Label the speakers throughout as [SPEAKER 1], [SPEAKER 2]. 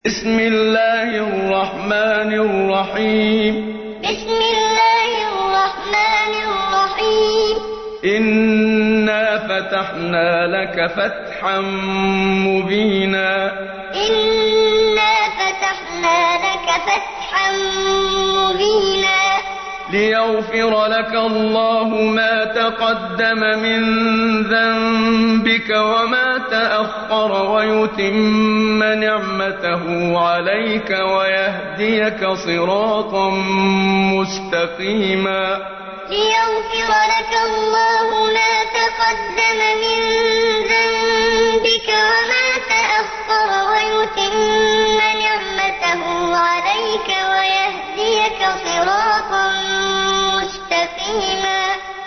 [SPEAKER 1] بسم الله الرحمن الرحيم
[SPEAKER 2] بسم الله الرحمن الرحيم
[SPEAKER 1] إنا فتحنا لك فتحا مبينا
[SPEAKER 2] إنا فتحنا لك فتحا مبينا
[SPEAKER 1] ليغفر لك الله ما تقدم من ذنبك وما تأخر ويتم نعمته عليك ويهديك صراطا مستقيما
[SPEAKER 2] ليغفر لك الله ما تقدم من ذنبك وما تأخر ويتم نعمته عليك ويهديك صراطا مستقيما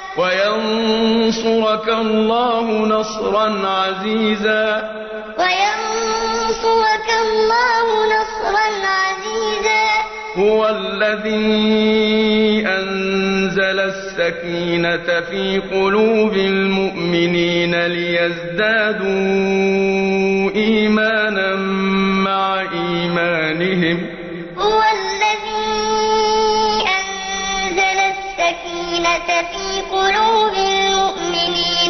[SPEAKER 1] وينصرك الله نصرا عزيزا
[SPEAKER 2] وينصرك الله نصرا عزيزا
[SPEAKER 1] هو الذي أنزل السكينة في قلوب المؤمنين ليزدادوا إيمانا مع إيمانهم
[SPEAKER 2] هو الذي أنزل السكينة في قلوب المؤمنين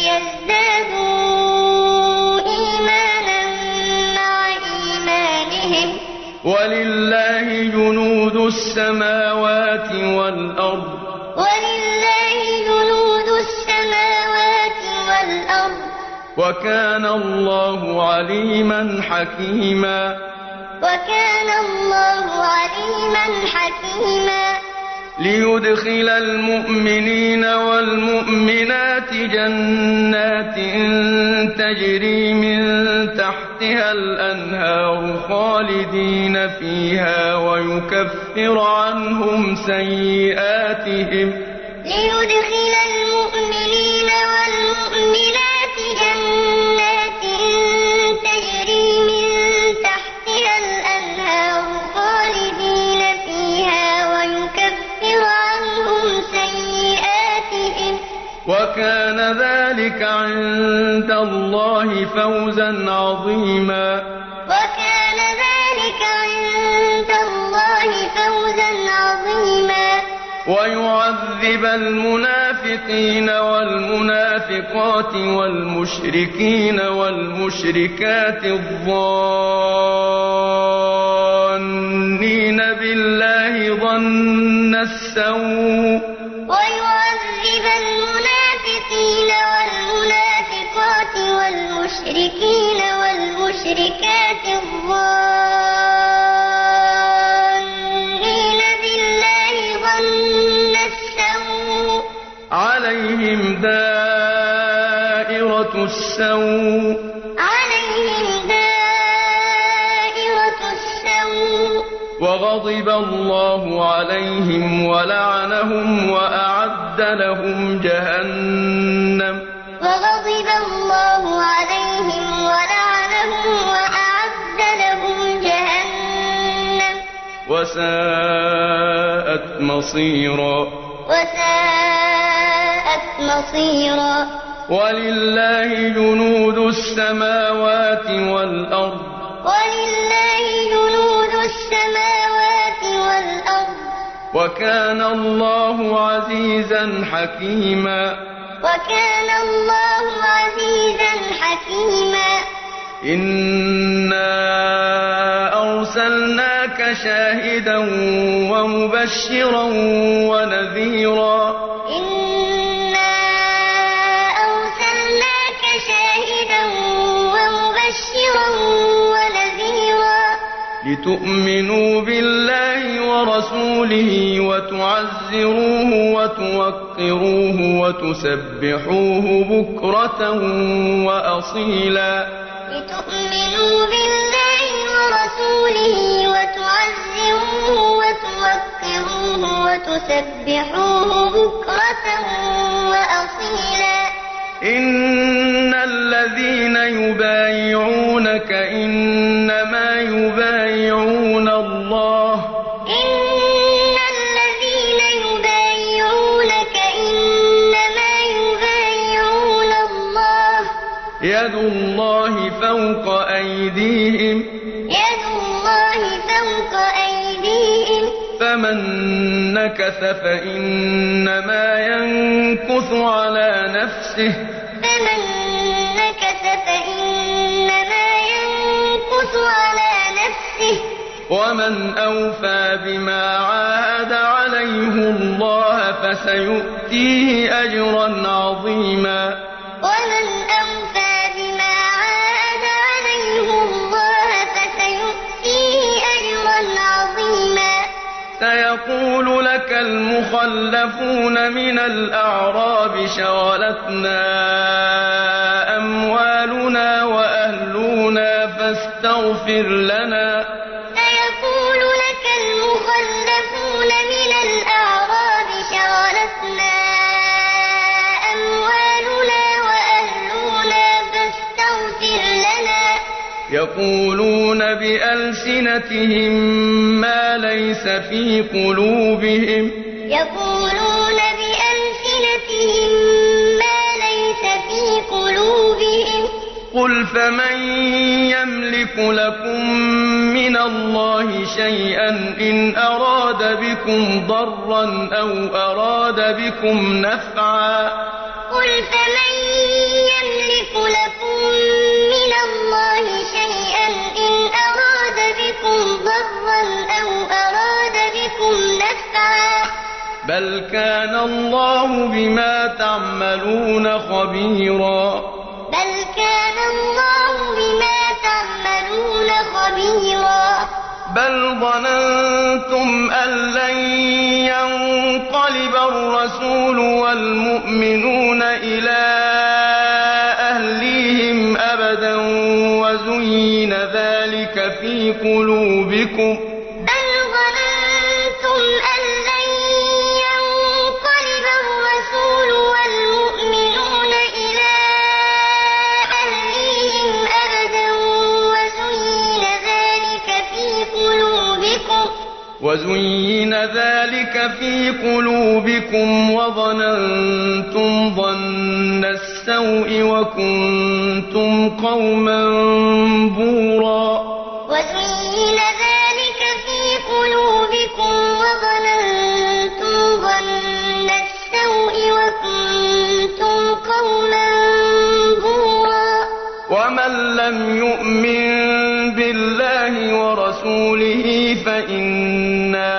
[SPEAKER 2] ليزدادوا إيمانا مع إيمانهم
[SPEAKER 1] ولله جنود السماوات والأرض
[SPEAKER 2] ولله جنود السماوات والأرض
[SPEAKER 1] وكان الله عليما حكيما
[SPEAKER 2] وكان الله عليما حكيما
[SPEAKER 1] ليدخل المؤمنين والمؤمنات جنات تجري من تحتها الأنهار خالدين فيها ويكفر عنهم سيئاتهم
[SPEAKER 2] ليدخل المؤمنين والمؤمنات جنات تجري من تحتها الأنهار خالدين فيها ويكفر عنهم سيئاتهم
[SPEAKER 1] وكان ذلك عند الله فوزا عظيما
[SPEAKER 2] وكان ذلك عند الله فوزا عظيما
[SPEAKER 1] ويعذب المنافقين والمنافقات والمشركين والمشركات الظانين بالله ظن السوء
[SPEAKER 2] ويعذب المنافقين والمنافقات والمشركين والمشركات الظانين بالله ظن السوء
[SPEAKER 1] عليهم دائرة السوء
[SPEAKER 2] عليهم دائرة السوء
[SPEAKER 1] وغضب الله عليهم ولعنهم وأعد لهم جهنم
[SPEAKER 2] وغضب الله عليهم ولعنهم وأعد لهم جهنم
[SPEAKER 1] وساءت مصيرا
[SPEAKER 2] وساءت مصيرا
[SPEAKER 1] ولله جنود السماوات والأرض
[SPEAKER 2] ولله جنود السماوات والأرض
[SPEAKER 1] وكان الله عزيزا حكيما
[SPEAKER 2] وكان الله عزيزا حكيما
[SPEAKER 1] إنا أرسلناك شاهدا ومبشرا ونذيرا
[SPEAKER 2] إنا أرسلناك شاهدا ومبشرا ونذيرا
[SPEAKER 1] لتؤمنوا بالله ورسوله وتعزروه وتوقروه وتسبحوه بكرة وأصيلا
[SPEAKER 2] لتؤمنوا بالله ورسوله وتعزروه وتوقروه وتسبحوه بكرة وأصيلا
[SPEAKER 1] إن الذين يبايعونك إنما يبايعون الله
[SPEAKER 2] إن الذين يبايعونك إنما يبايعون الله
[SPEAKER 1] يد الله فوق أيديهم
[SPEAKER 2] يد الله
[SPEAKER 1] فمن نكث فإنما ينكث على نفسه
[SPEAKER 2] فمن نكث فإنما ينكث على نفسه
[SPEAKER 1] ومن أوفى بما عاهد عليه الله فسيؤتيه أجرا عظيما
[SPEAKER 2] ومن أوفى بما عاهد عليه الله فسيؤتيه أجرا عظيما
[SPEAKER 1] سيقول لك المخلفون من الأعراب شغلتنا أموالنا وأهلنا فاستغفر لنا
[SPEAKER 2] سيقول لك المخلفون من الأعراب شغلتنا أموالنا وأهلنا فاستغفر لنا
[SPEAKER 1] يقولون بألسنتهم ما ليس في قلوبهم
[SPEAKER 2] يقولون بألسنتهم ما ليس في قلوبهم
[SPEAKER 1] قل فمن يملك لكم من الله شيئا إن أراد بكم ضرا أو أراد بكم نفعا
[SPEAKER 2] قل فمن يملك لكم من الله شيئا إن أراد بكم ضرا أو أراد بكم نفعا
[SPEAKER 1] بل كان الله بما تعملون خبيرا
[SPEAKER 2] بل كان الله بما تعملون خبيرا
[SPEAKER 1] بل ظننتم أن لن ينقلب الرسول والمؤمنون إلى أهليهم أبدا وزين ذلك في قلوبكم
[SPEAKER 2] بل ظننتم أن لن ينقلب الرسول والمؤمنون إلى أهليهم أبدا
[SPEAKER 1] وزين ذلك في قلوبكم وظننتم ظن السوء وكنتم قوما بورا
[SPEAKER 2] وزين ذلك في قلوبكم وظننتم ظن السوء وكنتم قوما بورا
[SPEAKER 1] ومن لم يؤمن بالله ورسوله فإنا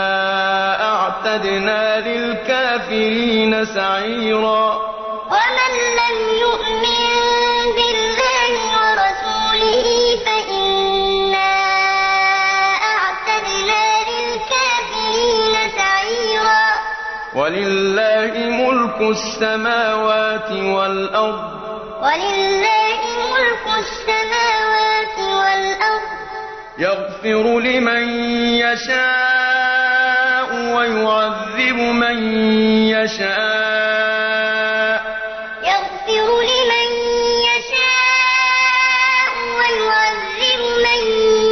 [SPEAKER 1] أعتدنا للكافرين سعيرا
[SPEAKER 2] ومن لم يؤمن بالله ورسوله فإنا أعتدنا للكافرين سعيرا
[SPEAKER 1] ولله ملك السماوات والأرض
[SPEAKER 2] ولله ملك السماوات والأرض
[SPEAKER 1] يغفر لمن يشاء ويعذب من يشاء
[SPEAKER 2] يغفر لمن يشاء ويعذب من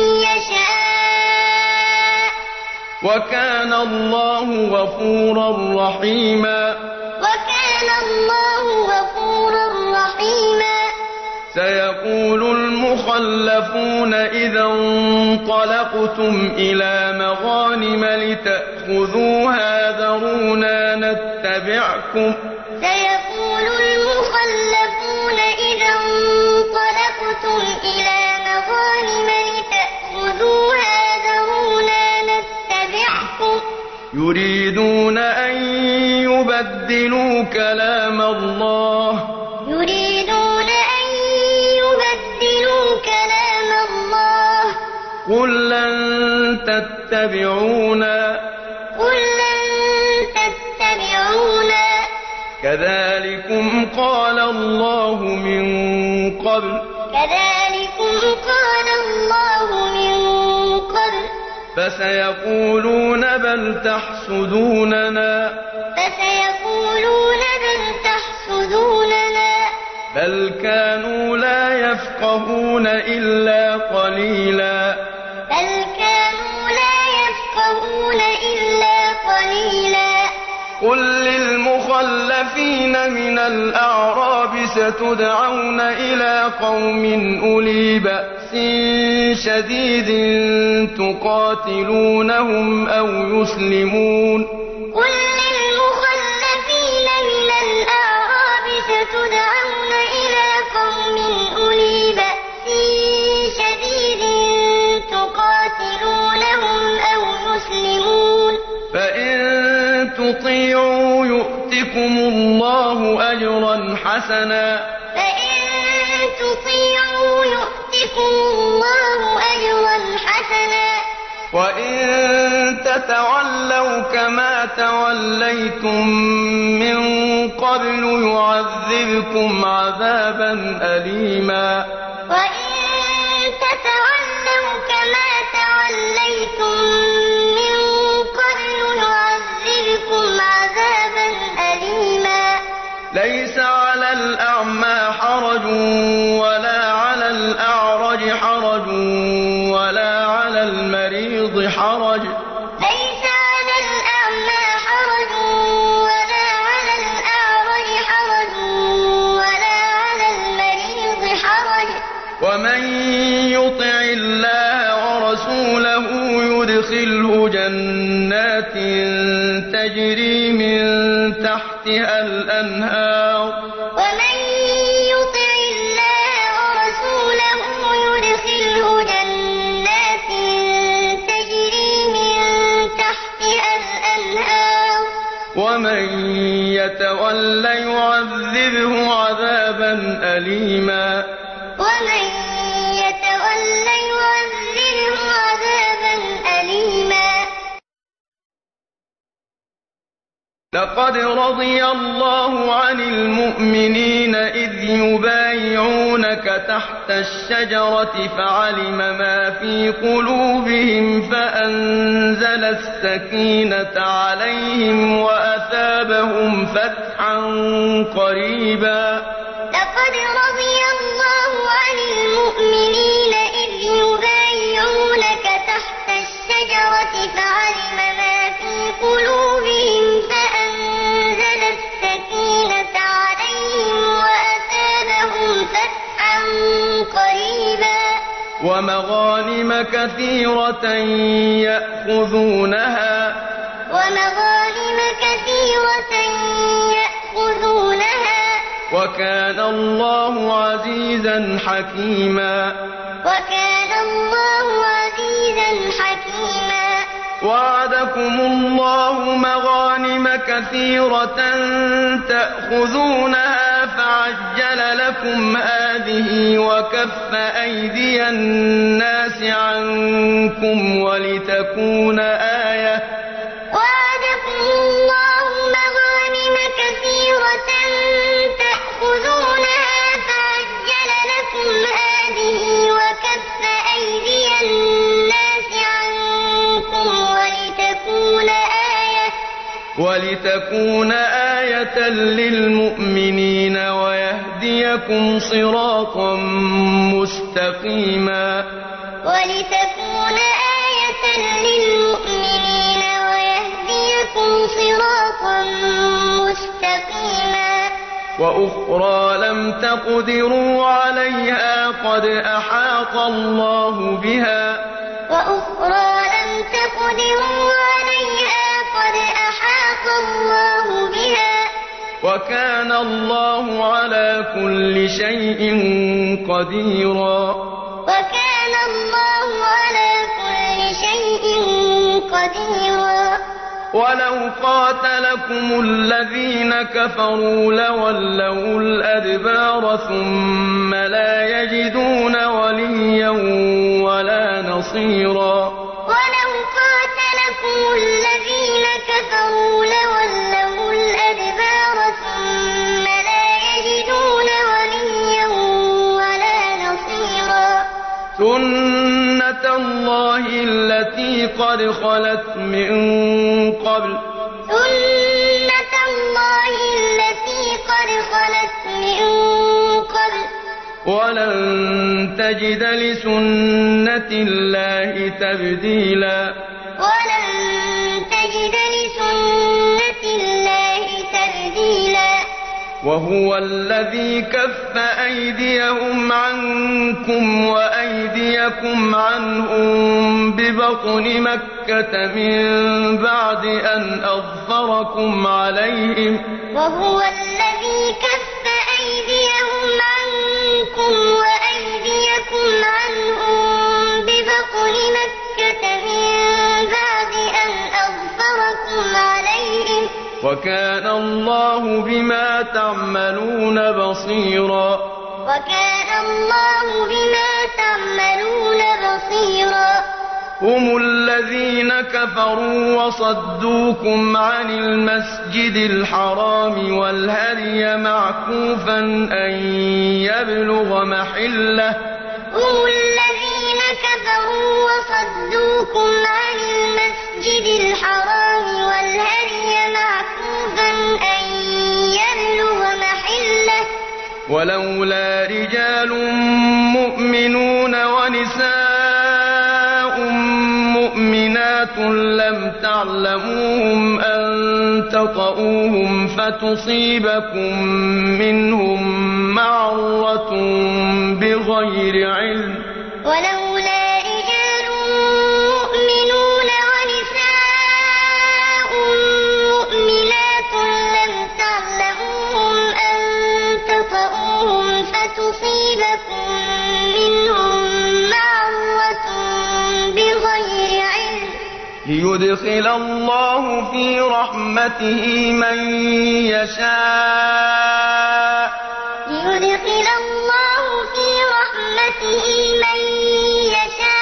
[SPEAKER 2] يشاء
[SPEAKER 1] وكان الله غفورا رحيما
[SPEAKER 2] وكان الله غفورا رحيما
[SPEAKER 1] سيقول المخلفون إذا انطلقتم إلى مغانم لتأخذوها ذرونا نتبعكم
[SPEAKER 2] سيقول المخلفون إذا انطلقتم إلى مغانم لتأخذوها ذرونا نتبعكم
[SPEAKER 1] يريدون أن يبدلوا كلام الله
[SPEAKER 2] يريدون أن يبدلوا كلام الله
[SPEAKER 1] قل لن تتبعونا
[SPEAKER 2] قل لن تتبعونا
[SPEAKER 1] كذلكم قال الله من قبل
[SPEAKER 2] كذلكم قال الله من قبل
[SPEAKER 1] فسيقولون بل تحسدوننا
[SPEAKER 2] فسيقولون بل تحسدوننا
[SPEAKER 1] بل كانوا لا يفقهون إلا قليلا
[SPEAKER 2] بل كانوا لا يفقهون إلا قليلا
[SPEAKER 1] قل للمخلفين من الأعراب ستدعون إلى قوم أولي بأس شديد تقاتلونهم أو يسلمون
[SPEAKER 2] قل للمخلفين من الأعراب ستدعون إلى قوم أولي بأس شديد تقاتلونهم أو يسلمون
[SPEAKER 1] فإن تطيعوا يؤتكم الله أجرا حسنا وإن تتولوا كما توليتم من قبل يعذبكم عذابا أليما ليس على الأعمى حرج ولا على الأعرج حرج ولا على المريض حرج ومن يطع الله ورسوله يدخله جنات تجري من تحتها الأنهار ومن يتول يعذبه عذابا أليما لقد رضي الله عن المؤمنين إذ يبايعونك تحت الشجرة فعلم ما في قلوبهم فأنزل السكينة عليهم وأثابهم فتحا قريبا
[SPEAKER 2] لقد رضي الله عن المؤمنين إذ يبايعونك تحت الشجرة فعلم ما في قلوبهم فأنزل السكينة عليهم وأثابهم فتحا قريبا
[SPEAKER 1] ومغانم كثيرة يأخذونها وكان الله عزيزا حكيما وعدكم الله مغانم كثيرة تأخذونها فعجل لكم هذه وكف أيدي الناس عنكم ولتكون آية ولتكون آية للمؤمنين ويهديكم صراطا مستقيما وأخرى لم تقدروا عليها قد أحاط الله بها وكان الله على كل شيء قديرا ولو قاتلكم الذين كفروا لولوا الأدبار ثم لا يجدون وليا ولا نصيرا سنة الله التي قد خلت من قبل ولن تجد لسنة الله تبديلا وهو الذي كف أيديهم عنكم وأيديكم عنهم ببطن مكة من بعد أن أظفركم عليهم
[SPEAKER 2] وهو الذي كف أيديهم عنكم وأيديكم عنهم ببطن مكة من بعد أن أظفركم عليهم
[SPEAKER 1] وكان الله بما تعملون بصيرا
[SPEAKER 2] وكان الله بما تعملون بصيرا
[SPEAKER 1] هم الذين كفروا وصدوكم عن المسجد الحرام والهدي معكوفا أن يبلغ محله
[SPEAKER 2] هم الذين كفروا وصدوكم عن المسجد الحرام والهدي معكوفا أن يبلغ محله
[SPEAKER 1] ولولا رجال مؤمنون ونساء مؤمنات لم تعلموهم أن تطؤوهم فتصيبكم منهم معرة بغير علم
[SPEAKER 2] ولولا رجال مؤمنون ونساء مؤمنات لم تعلموهم أن تطؤوهم فتصيبكم منهم معرة بغير علم
[SPEAKER 1] ليدخل الله في رحمته من يشاء
[SPEAKER 2] ليدخل الله في رحمته من يشاء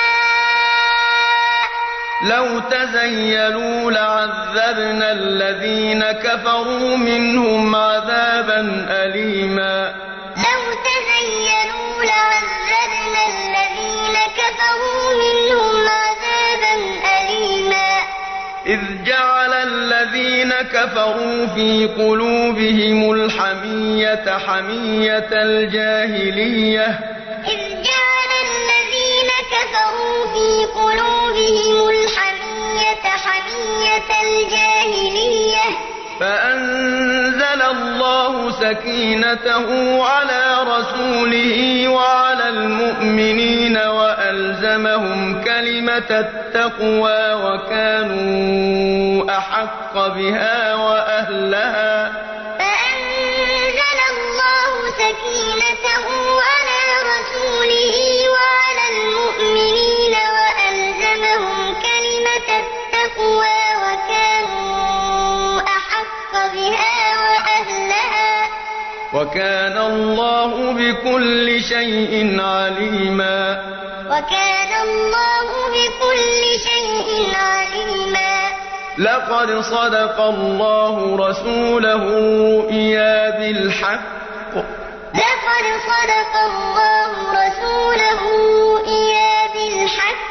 [SPEAKER 1] لو تزيلوا لعذبنا الذين كفروا منهم عذابا أليما
[SPEAKER 2] لو تزيلوا لعذبنا الذين كفروا منهم عذابا أليما
[SPEAKER 1] إذ جعل الذين كفروا في قلوبهم الحمية حمية الجاهلية
[SPEAKER 2] إذ جعل الذين كفروا في قلوبهم الحمية حمية الجاهلية
[SPEAKER 1] فأنزل الله سكينته على رسوله وعلى المؤمنين وألزمهم كلمة التقوى وكانوا أحق بها وأهلها
[SPEAKER 2] فأنزل الله سكينته على رسوله وعلى المؤمنين وألزمهم كلمة التقوى وكانوا أحق بها وأهلها
[SPEAKER 1] وكان الله بكل شيء عليما
[SPEAKER 2] وكان الله بكل شيء عليما
[SPEAKER 1] لقد صدق الله رسوله الرؤيا بالحق
[SPEAKER 2] لقد صدق الله رسوله الرؤيا بالحق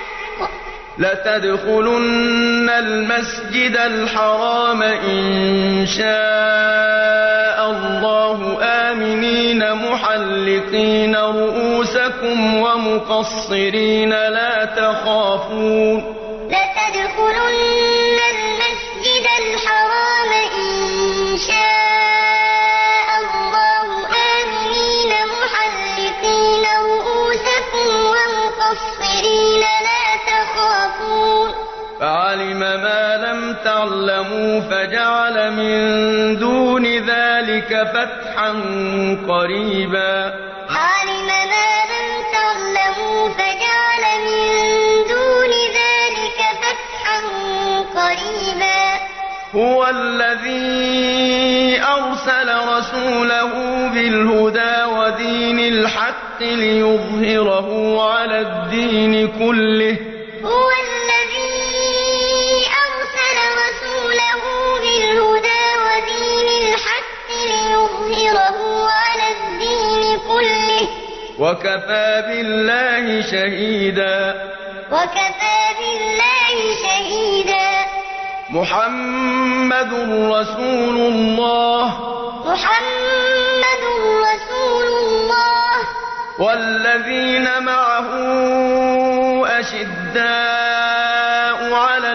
[SPEAKER 1] لتدخلن المسجد الحرام إن شاء الله آمنين محلقين رؤوسكم ومقصرين لا تخافون
[SPEAKER 2] لتدخلن المسجد الحرام إن شاء الله آمنين محلقين رؤوسكم ومقصرين لا تخافون
[SPEAKER 1] فعلم ما لم تعلموا فجعل من دون ذلك فتحا قريبا
[SPEAKER 2] علم ما لم تعلموا فجعل من دون ذلك فتحا قريبا
[SPEAKER 1] هو الذي أرسل رسوله بالهدى ودين الحق ليظهره على الدين كله
[SPEAKER 2] هو الذي أرسل رسوله بالهدى ودين الحق ليظهره على الدين كله
[SPEAKER 1] وكفى بالله شهيدا
[SPEAKER 2] وكفى بالله شهيدا
[SPEAKER 1] محمد رسول الله
[SPEAKER 2] محمد رسول الله
[SPEAKER 1] والذين معه أشداء على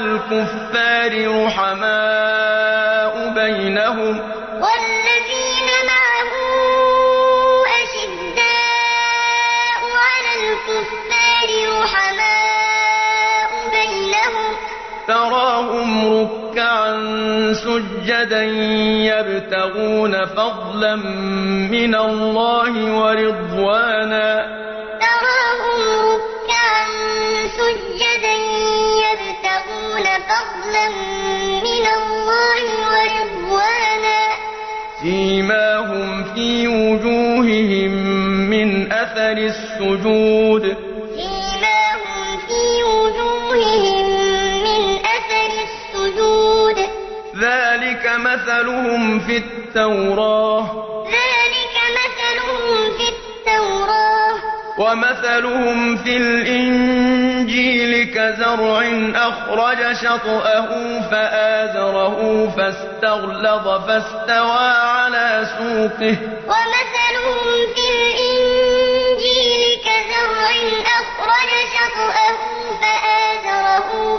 [SPEAKER 1] الكفار رحماء بينهم
[SPEAKER 2] والذين معه
[SPEAKER 1] تراهم ركعا سجدا يبتغون فضلا من الله ورضوانا
[SPEAKER 2] تراهم ركعا سجدا يبتغون فضلا من الله ورضوانا
[SPEAKER 1] سيماهم في وجوههم من أثر السجود
[SPEAKER 2] سيماهم في وجوههم من أثر السجود
[SPEAKER 1] ذلك مثلهم في التوراة
[SPEAKER 2] ذلك مثلهم في التوراة
[SPEAKER 1] ومثلهم في الإنجيل كزرع أخرج شطأه فآزره فاستغلظ فاستوى على سوقه
[SPEAKER 2] ومثلهم في الإنجيل كزرع أخرج شطأه فآزره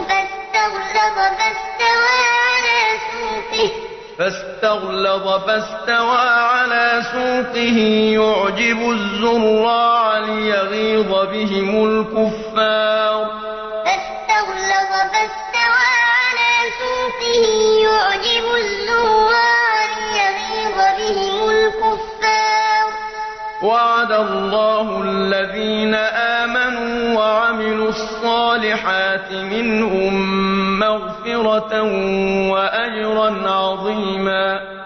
[SPEAKER 1] فاستوى على سوقه يعجب الزراع ليغيظ بهم الكفار
[SPEAKER 2] فاستوى على سوقه يعجب الزراع ليغيظ بهم الكفار
[SPEAKER 1] وعد الله الذين آمنوا وعملوا الصالحات منهم مغفرة وأجرا عظيما